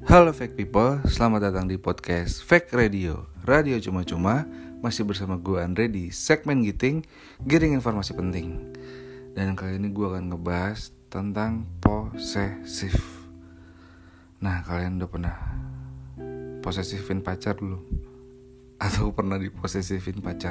Halo Fake People, selamat datang di podcast Fake Radio. Radio cuma-cuma, masih bersama gue Andre di segmen giring informasi penting. Dan kali ini gue akan ngebahas tentang posesif. Nah, kalian udah pernah posesifin pacar belum? Atau pernah diposesifin pacar?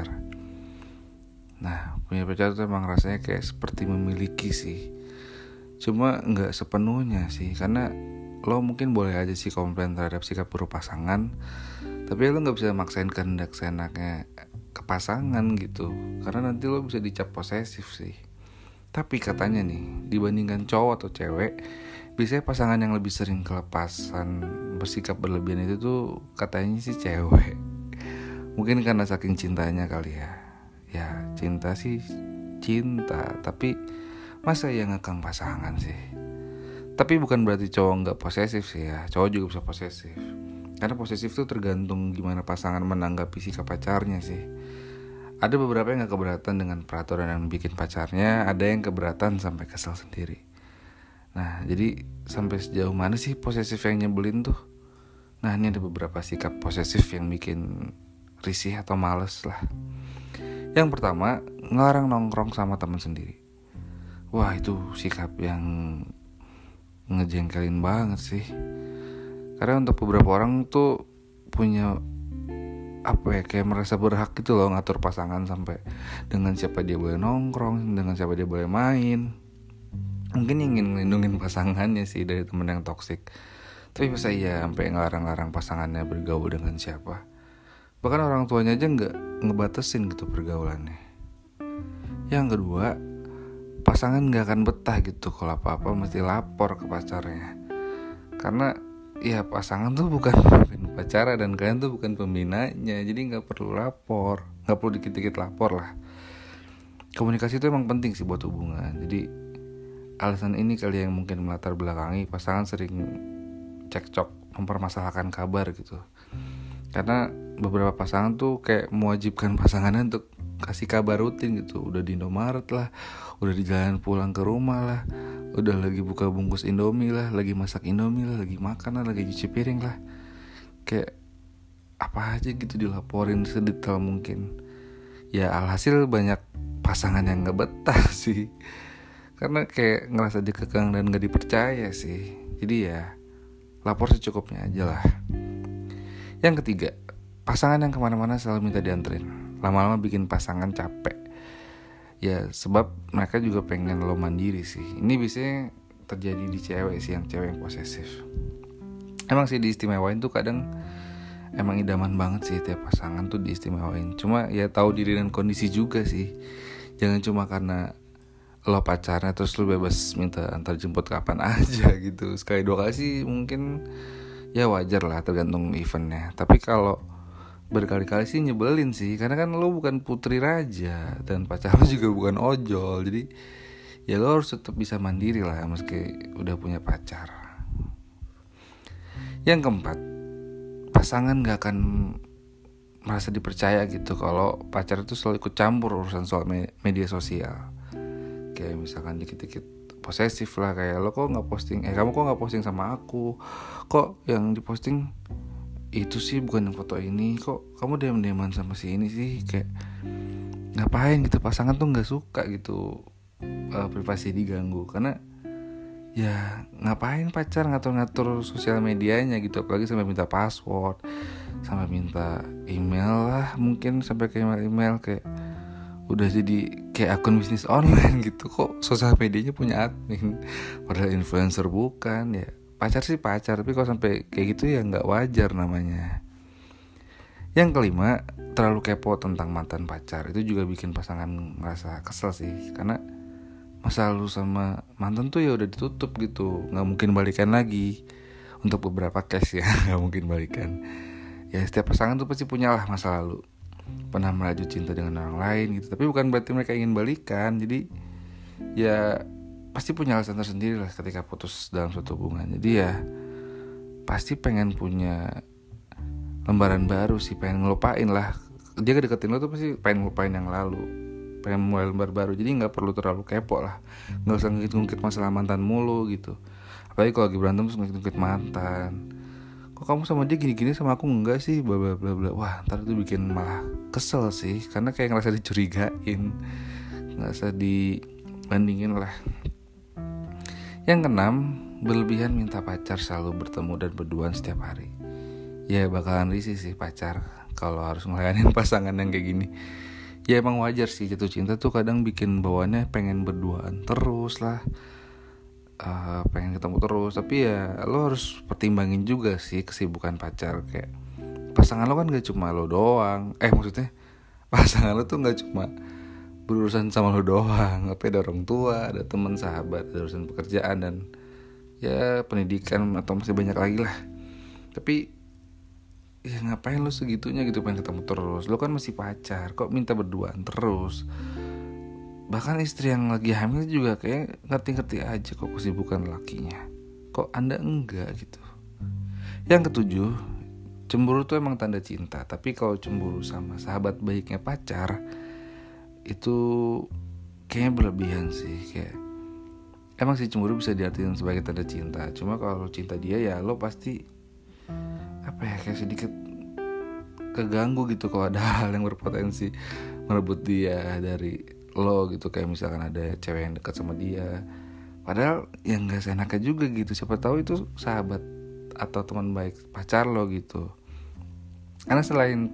Nah, punya pacar tuh emang rasanya kayak seperti memiliki sih. Cuma gak sepenuhnya sih, karena lo mungkin boleh aja sih komplain terhadap sikap buruk pasangan, tapi lo gak bisa maksain kehendak seenaknya ke pasangan gitu, karena nanti lo bisa dicap posesif sih. Tapi katanya nih, dibandingkan cowok atau cewek, biasanya pasangan yang lebih sering kelepasan bersikap berlebihan itu tuh katanya sih cewek. Mungkin karena saking cintanya kali ya. Ya cinta sih cinta, tapi masa yang ngekang pasangan sih? Tapi bukan berarti cowok gak posesif sih ya. Cowok juga bisa posesif. Karena posesif tuh tergantung gimana pasangan menanggapi sikap pacarnya sih. Ada beberapa yang gak keberatan dengan peraturan yang bikin pacarnya. Ada yang keberatan sampai kesel sendiri. Nah, jadi sampai sejauh mana sih posesif yang nyebelin tuh? Nah, ini ada beberapa sikap posesif yang bikin risih atau males lah. Yang pertama, ngelarang nongkrong sama teman sendiri. Wah, itu sikap yang ngejengkelin banget sih. Karena untuk beberapa orang tuh punya kayak merasa berhak gitu loh ngatur pasangan sampai dengan siapa dia boleh nongkrong, dengan siapa dia boleh main. Mungkin ingin ngelindungin pasangannya sih dari teman yang toksik. Tapi masa iya sampai ngelarang-larang pasangannya bergaul dengan siapa? Bahkan orang tuanya aja ngebatasin gitu pergaulannya. Yang kedua, pasangan gak akan betah gitu kalau apa-apa mesti lapor ke pacarnya. Karena ya pasangan tuh bukan pacara dan kalian tuh bukan pembinanya. Jadi gak perlu lapor, gak perlu dikit-dikit lapor lah. Komunikasi itu emang penting sih buat hubungan. Jadi alasan ini kali yang mungkin melatar belakangi pasangan sering cekcok, mempermasalahkan kabar gitu. Karena beberapa pasangan tuh kayak mewajibkan pasangannya untuk kasih kabar rutin gitu. Udah di Indomaret lah, udah di jalan pulang ke rumah lah, udah lagi buka bungkus Indomie lah, lagi masak Indomie lah, lagi makan lah, lagi cuci piring lah. Kayak apa aja gitu dilaporin sedetail mungkin. Ya alhasil banyak pasangan yang gak betah sih. Karena kayak ngerasa dikekang dan gak dipercaya sih. Jadi ya lapor secukupnya aja lah. Yang ketiga, pasangan yang kemana-mana selalu minta dianterin. Lama-lama bikin pasangan capek. Ya sebab mereka juga pengen lo mandiri sih. Ini biasanya terjadi di cewek sih, yang cewek yang posesif. Emang sih diistimewain tuh kadang emang idaman banget sih. Tiap pasangan tuh diistimewain. Cuma ya tahu diri dan kondisi juga sih. Jangan cuma karena lo pacarnya terus lo bebas minta antar jemput kapan aja gitu. Sekali dua kali sih mungkin ya wajar lah, tergantung eventnya. Tapi kalau berkali-kali sih nyebelin sih. Karena kan lo bukan putri raja dan pacar lo juga bukan ojol. Jadi ya lo harus tetap bisa mandiri lah meski udah punya pacar. Yang keempat, pasangan gak akan merasa dipercaya gitu kalau pacar itu selalu ikut campur urusan soal media sosial. Kayak misalkan dikit-dikit posesif lah, kayak lo kok gak posting, kamu kok gak posting sama aku, kok yang diposting itu sih bukan yang foto ini, kok kamu diam-diaman sama si ini sih. Kayak ngapain gitu, pasangan tuh gak suka gitu privasi diganggu. Karena ya ngapain pacar ngatur-ngatur sosial medianya gitu, apalagi sampai minta password, sampai minta email lah, mungkin sampai ke email kayak udah jadi kayak akun bisnis online gitu. Kok sosial medianya punya admin, padahal influencer bukan. Ya pacar sih pacar, tapi kalau sampai kayak gitu ya gak wajar namanya. Yang kelima, terlalu kepo tentang mantan pacar. Itu juga bikin pasangan ngerasa kesel sih. Karena masa lalu sama mantan tuh ya udah ditutup gitu, gak mungkin balikan lagi. Untuk beberapa case ya gak mungkin balikan. Ya setiap pasangan tuh pasti punya lah masa lalu, pernah merajut cinta dengan orang lain gitu. Tapi bukan berarti mereka ingin balikan. Jadi ya pasti punya alasan tersendiri lah ketika putus dalam suatu hubungan. Jadi ya pasti pengen punya lembaran baru sih, pengen ngelupain lah. Dia deketin lo tuh pasti pengen ngelupain yang lalu, pengen mulai lembar baru. Jadi gak perlu terlalu kepo lah, gak usah ngungkit-ngungkit masalah mantan mulu gitu. Apalagi kalau lagi berantem terus ngungkit-ngungkit mantan. kok kamu sama dia gini-gini sama aku enggak sih, bla bla bla bla. Wah, ntar itu bikin malah kesel sih, karena kayak ngerasa dicurigain, ngerasa dibandingin lah. Yang keenam, berlebihan minta pacar selalu bertemu dan berduaan setiap hari. Ya bakalan risih sih pacar kalau harus ngelayanin pasangan yang kayak gini. Ya emang wajar sih, jatuh cinta tuh kadang bikin bawaannya pengen berduaan terus lah, pengen ketemu terus. Tapi ya lo harus pertimbangin juga sih kesibukan pacar. Kayak pasangan lo kan gak cuma lo doang, maksudnya pasangan lo tuh gak cuma berurusan sama lo doang, tapi ada orang tua, ada teman, sahabat, ada urusan pekerjaan, dan ya pendidikan atau masih banyak lagi lah. Tapi ya ngapain lo segitunya gitu pengen ketemu terus? Lo kan masih pacar, kok minta berduaan terus? Bahkan istri yang lagi hamil juga kayak ngerti-ngerti aja kok kesibukan lakinya. Kok Anda enggak gitu? Yang ketujuh, cemburu tuh emang tanda cinta. Tapi kalau cemburu sama sahabat baiknya pacar, itu kayaknya berlebihan sih. Kayak emang sih cemburu bisa diartikan sebagai tanda cinta. Cuma kalau cinta dia ya lo pasti kayak sedikit keganggu gitu kalau ada hal yang berpotensi merebut dia dari lo gitu. Kayak misalkan ada cewek yang dekat sama dia, padahal yang gak seenaknya juga gitu. Siapa tahu itu sahabat atau teman baik pacar lo gitu. Karena selain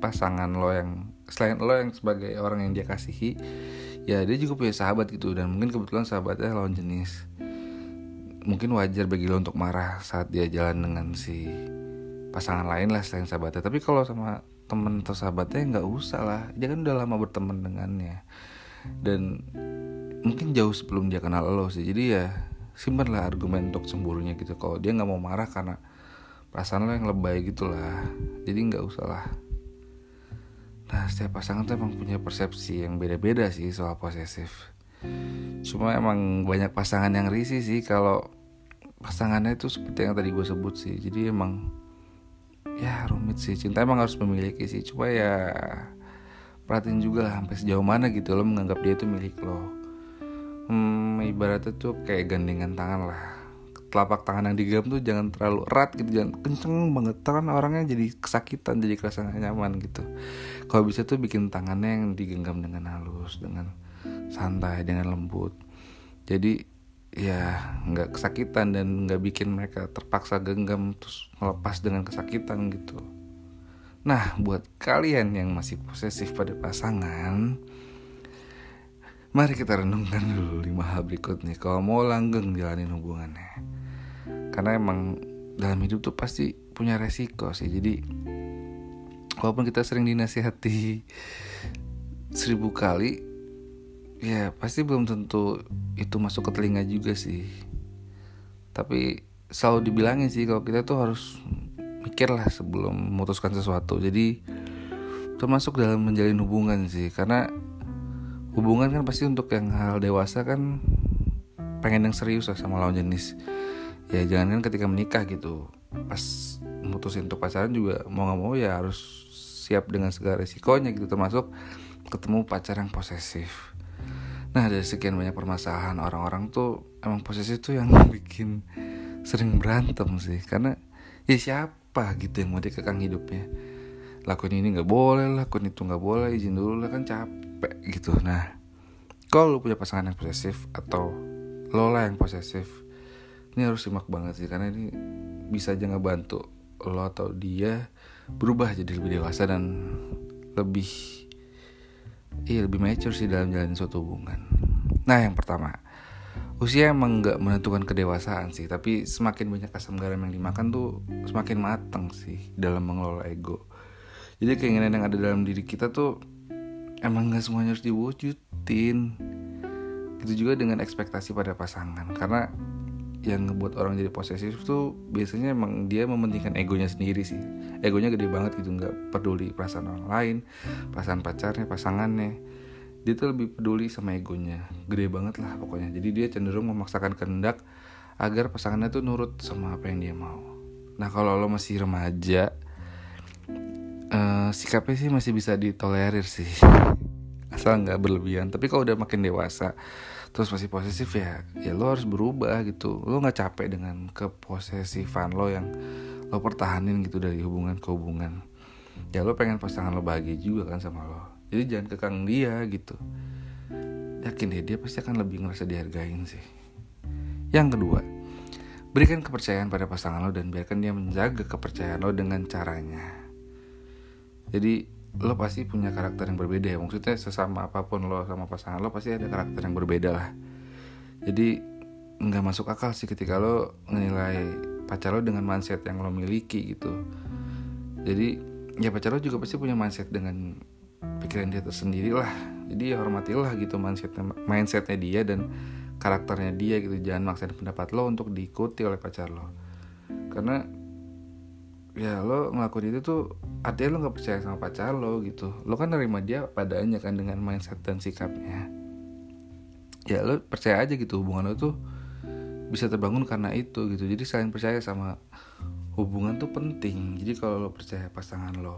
lo yang sebagai orang yang dia kasihi, ya dia juga punya sahabat gitu. Dan mungkin kebetulan sahabatnya lawan jenis. Mungkin wajar bagi lo untuk marah saat dia jalan dengan si pasangan lain lah selain sahabatnya. Tapi kalau sama temen atau sahabatnya gak usah lah, dia kan udah lama berteman dengannya, dan mungkin jauh sebelum dia kenal lo sih. Jadi ya simpan lah argumen untuk cemburunya gitu. Kalau dia gak mau marah karena perasaan lo yang lebay gitu lah, jadi gak usah lah. Nah, setiap pasangan tuh emang punya persepsi yang beda-beda sih soal posesif. Cuma emang banyak pasangan yang risih sih kalau pasangannya itu seperti yang tadi gue sebut sih. Jadi emang ya rumit sih. Cinta emang harus memiliki sih, cuma ya perhatiin juga lah sampai sejauh mana gitu lo menganggap dia itu milik lo. Ibaratnya tuh kayak gandengan tangan lah. Telapak tangan yang digenggam tuh jangan terlalu erat gitu, jangan kenceng banget, karena orangnya jadi kesakitan, jadi kerasa gak nyaman gitu. Kalau bisa tuh bikin tangannya yang digenggam dengan halus, dengan santai, dengan lembut. Jadi ya gak kesakitan dan gak bikin mereka terpaksa genggam terus melepas dengan kesakitan gitu. Nah, buat kalian yang masih posesif pada pasangan, mari kita renungkan dulu 5 hal berikut nih kalau mau langgeng jalanin hubungannya. Karena emang dalam hidup tuh pasti punya resiko sih. Jadi walaupun kita sering dinasihati 1000 kali, ya pasti belum tentu itu masuk ke telinga juga sih. Tapi selalu dibilangin sih kalau kita tuh harus mikir lah sebelum memutuskan sesuatu. Jadi termasuk dalam menjalin hubungan sih. Karena hubungan kan pasti untuk yang hal dewasa kan pengen yang serius lah sama lawan jenis. Ya jangan kan ketika menikah gitu, pas mutusin untuk pacaran juga mau gak mau ya harus siap dengan segala resikonya gitu. Termasuk ketemu pacar yang posesif. Nah, dari sekian banyak permasalahan, orang-orang tuh emang posesif tuh yang bikin sering berantem sih. Karena ya siapa gitu yang mau dikekang hidupnya, lakuin ini gak boleh, lakuin itu gak boleh, izin dulu lah, kan capek gitu. Nah, kalau lo punya pasangan yang posesif atau lo lah yang posesif, ini harus simak banget sih. Karena ini bisa aja ngebantu lo atau dia berubah jadi lebih dewasa dan lebih mature sih dalam jalanin suatu hubungan. Nah, yang pertama, usia emang gak menentukan kedewasaan sih, tapi semakin banyak asam garam yang dimakan tuh semakin matang sih dalam mengelola ego. Jadi keinginan yang ada dalam diri kita tuh emang gak semuanya harus diwujudin. Gitu juga dengan ekspektasi pada pasangan. Karena yang ngebuat orang jadi posesif tuh biasanya emang dia mementingkan egonya sendiri sih. Egonya gede banget gitu, gak peduli perasaan orang lain, perasaan pacarnya, pasangannya. Dia tuh lebih peduli sama egonya, gede banget lah pokoknya. Jadi dia cenderung memaksakan kehendak agar pasangannya tuh nurut sama apa yang dia mau. Nah, kalau lo masih remaja, sikapnya sih masih bisa ditolerir sih, asal gak berlebihan. Tapi kalau udah makin dewasa terus masih posesif, ya lo harus berubah gitu. Lo gak capek dengan keposesifan lo yang lo pertahanin gitu dari hubungan ke hubungan. Ya lo pengen pasangan lo bahagia juga kan sama lo. Jadi jangan kekang dia gitu. Yakin deh dia pasti akan lebih ngerasa dihargain sih. Yang kedua, berikan kepercayaan pada pasangan lo dan biarkan dia menjaga kepercayaan lo dengan caranya. Jadi lo pasti punya karakter yang berbeda ya. Maksudnya sesama apapun lo sama pasangan lo pasti ada karakter yang berbeda lah. Jadi gak masuk akal sih ketika lo menilai pacar lo dengan mindset yang lo miliki gitu. Jadi ya pacar lo juga pasti punya mindset dengan pikiran dia tersendiri lah. Jadi ya hormatilah gitu mindsetnya dia dan karakternya dia gitu. Jangan maksain pendapat lo untuk diikuti oleh pacar lo. Karena ya lo ngelakuin itu tuh artinya lo gak percaya sama pacar lo gitu. Lo kan nerima dia padanya kan dengan mindset dan sikapnya. Ya lo percaya aja gitu hubungan lo tuh bisa terbangun karena itu gitu. Jadi saling percaya sama hubungan tuh penting. Jadi kalau lo percaya pasangan lo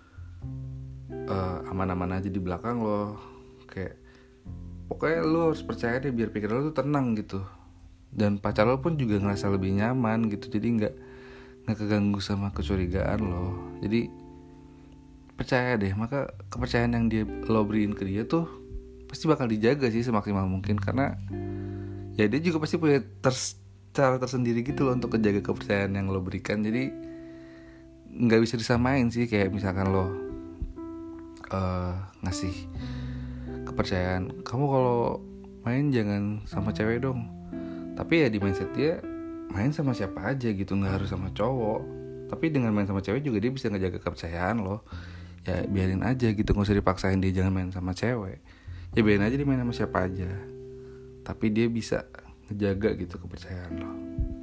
aman-aman aja di belakang lo, kayak pokoknya lo harus percaya deh biar pikiran lo tuh tenang gitu. Dan pacar lo pun juga ngerasa lebih nyaman gitu. Jadi nggak keganggu sama kecurigaan lo. Jadi percaya deh, maka kepercayaan yang lo beriin ke dia tuh pasti bakal dijaga sih semaksimal mungkin. Karena ya dia juga pasti punya cara tersendiri gitu loh untuk menjaga kepercayaan yang lo berikan. Jadi nggak bisa disamain sih. Kayak misalkan lo ngasih kepercayaan, kamu kalau main jangan sama cewek dong, tapi ya di mindset dia main sama siapa aja gitu, nggak harus sama cowok. Tapi dengan main sama cewek juga dia bisa ngejaga kepercayaan lo. Ya biarin aja gitu, nggak usah dipaksain dia jangan main sama cewek. Ya biarin aja dia main sama siapa aja, tapi dia bisa ngejaga gitu kepercayaan lo.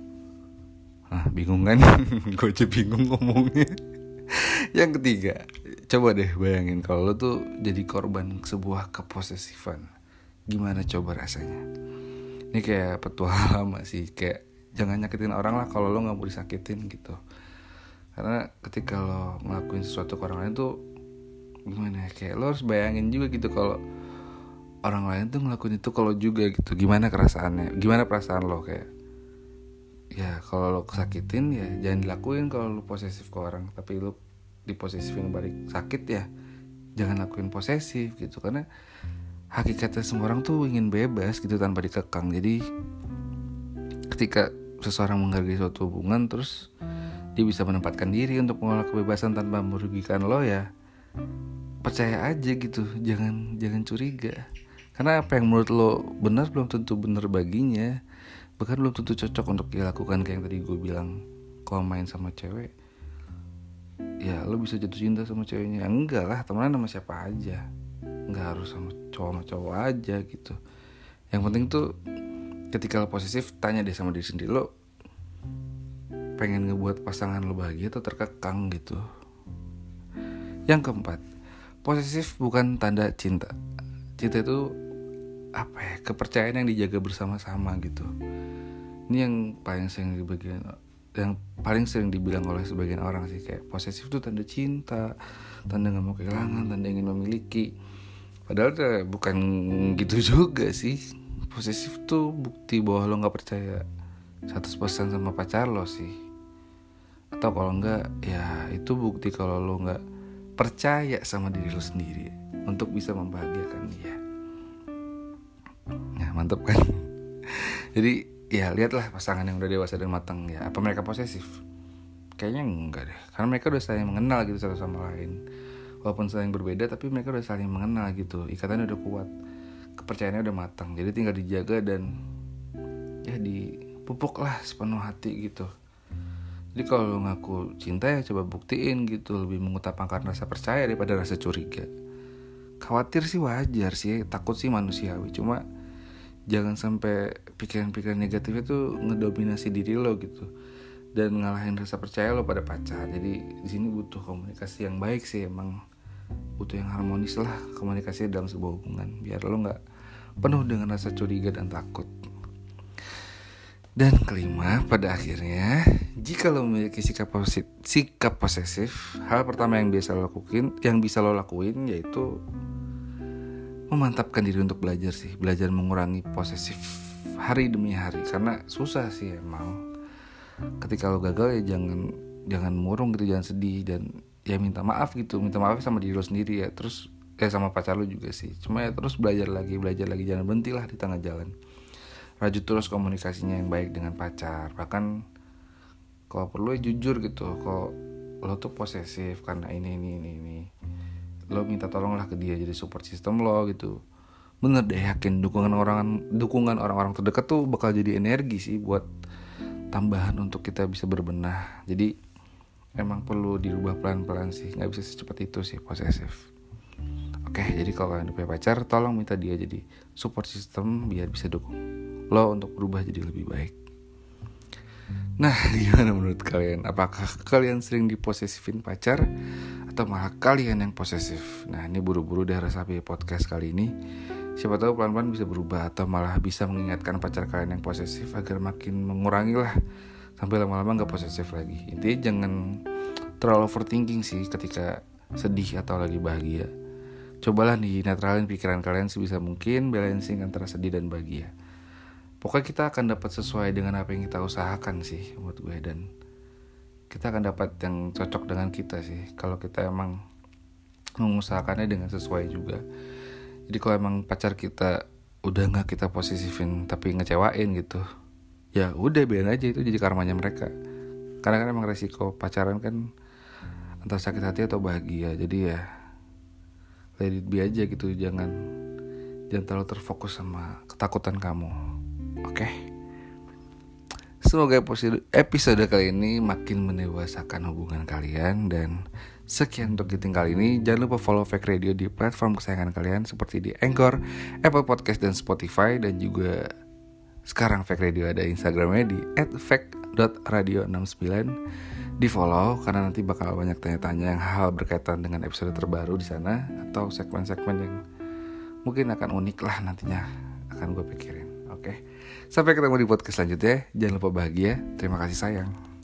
Nah bingung kan? Gue aja bingung ngomongnya. Yang ketiga, coba deh bayangin kalau lo tuh jadi korban sebuah keposesifan. Gimana coba rasanya? Ini kayak petua lama sih. Kayak jangan nyakitin orang lah kalau lo gak mau disakitin gitu. Karena ketika lo ngelakuin sesuatu ke orang lain tuh gimana ya, kayak lo harus bayangin juga gitu kalau orang lain tuh ngelakuin itu kalau juga gitu. Gimana kerasaannya, gimana perasaan lo. Kayak ya kalau lo kesakitin ya jangan dilakuin. Kalau lo posesif ke orang tapi lo diposesifin balik sakit, ya jangan lakuin posesif gitu. Karena hakikatnya semua orang tuh ingin bebas gitu tanpa dikekang. Jadi ketika seseorang menghargai suatu hubungan terus dia bisa menempatkan diri untuk mengolah kebebasan tanpa merugikan lo, ya percaya aja gitu. Jangan curiga. Karena apa yang menurut lo benar belum tentu benar baginya. Bahkan belum tentu cocok untuk dilakukan. Kayak yang tadi gue bilang, kalau main sama cewek ya lo bisa jatuh cinta sama ceweknya. Enggak lah, temenan sama siapa aja, nggak harus sama cowok aja gitu. Yang penting tuh ketika lo posesif, tanya deh sama diri sendiri, lo pengen ngebuat pasangan lo bahagia atau terkekang gitu. Yang keempat, posesif bukan tanda cinta. Cinta itu apa ya, kepercayaan yang dijaga bersama-sama gitu. Ini yang paling sering dibilang oleh sebagian orang sih. Kayak posesif tuh tanda cinta, tanda gak mau kehilangan, tanda ingin memiliki. Padahal bukan gitu juga sih. Posesif tuh bukti bahwa lo gak percaya 100% sama pacar lo sih. Atau kalau enggak, ya itu bukti kalau lo gak percaya sama diri lo sendiri untuk bisa membahagiakan dia. Nah mantep kan. Jadi ya lihatlah pasangan yang udah dewasa dan matang, ya apa mereka posesif? Kayaknya enggak deh. Karena mereka udah saling mengenal gitu satu sama lain. Walaupun saling berbeda tapi mereka udah saling mengenal gitu. Ikatannya udah kuat, kepercayaannya udah matang. Jadi tinggal dijaga dan ya dipupuk lah sepenuh hati gitu. Jadi kalau lo ngaku cinta ya coba buktiin gitu. Lebih mengutamakan rasa percaya daripada rasa curiga. Khawatir sih wajar sih, takut sih manusiawi. Cuma jangan sampai pikiran-pikiran negatifnya tuh ngedominasi diri lo gitu dan ngalahin rasa percaya lo pada pacar. Jadi di sini butuh komunikasi yang baik sih, emang butuh yang harmonis lah komunikasi dalam sebuah hubungan biar lo nggak penuh dengan rasa curiga dan takut. Dan kelima, pada akhirnya jika lo memiliki sikap posesif, hal pertama yang bisa lo lakuin yaitu memantapkan diri untuk belajar mengurangi posesif hari demi hari. Karena susah sih emang. Ketika lo gagal ya jangan jangan murung gitu, jangan sedih, dan ya minta maaf gitu, minta maaf sama diri lo sendiri ya, terus sama pacar lo juga sih. Cuma ya terus belajar lagi, jangan berhentilah di tengah jalan. Rajut terus komunikasinya yang baik dengan pacar, bahkan kalau perlu ya jujur gitu, kalau lo tuh posesif karena ini, lo minta tolonglah ke dia jadi support system lo gitu. Bener deh, yakin dukungan orang-orang terdekat tuh bakal jadi energi sih buat tambahan untuk kita bisa berbenah. Jadi emang perlu dirubah pelan-pelan sih, nggak bisa secepat itu sih posesif. Oke, jadi kalau kalian punya pacar, tolong minta dia jadi support system biar bisa dukung lo untuk berubah jadi lebih baik. Nah, gimana menurut kalian? Apakah kalian sering diposesifin pacar atau malah kalian yang posesif? Nah, ini buru-buru deh Resapi podcast kali ini. Siapa tahu pelan-pelan bisa berubah atau malah bisa mengingatkan pacar kalian yang posesif agar makin mengurangi lah, sampai lama-lama gak posesif lagi. Intinya jangan terlalu overthinking sih ketika sedih atau lagi bahagia. Cobalah dinetralin pikiran kalian sebisa mungkin, balancing antara sedih dan bahagia. Pokoknya kita akan dapat sesuai dengan apa yang kita usahakan sih buat gue, dan kita akan dapat yang cocok dengan kita sih kalau kita emang mengusahakannya dengan sesuai juga. Jadi kalau emang pacar kita udah gak kita posesifin tapi ngecewain gitu, ya udah biarin aja, itu jadi karmanya mereka. Karena kan emang resiko pacaran kan antara sakit hati atau bahagia. Jadi ya let it be aja gitu, jangan terlalu terfokus sama ketakutan kamu. Oke. Semoga episode kali ini makin mendewasakan hubungan kalian. Dan sekian untuk Giting kali ini. Jangan lupa follow Fake Radio di platform kesayangan kalian seperti di Anchor, Apple Podcast, dan Spotify. Dan juga sekarang Fake Radio ada Instagramnya di @fake.radio69. Di follow karena nanti bakal banyak tanya-tanya yang hal berkaitan dengan episode terbaru di sana, atau segmen-segmen yang mungkin akan unik lah nantinya akan gue pikirin. Oke. Sampai ketemu di podcast selanjutnya. Jangan lupa bahagia. Terima kasih sayang.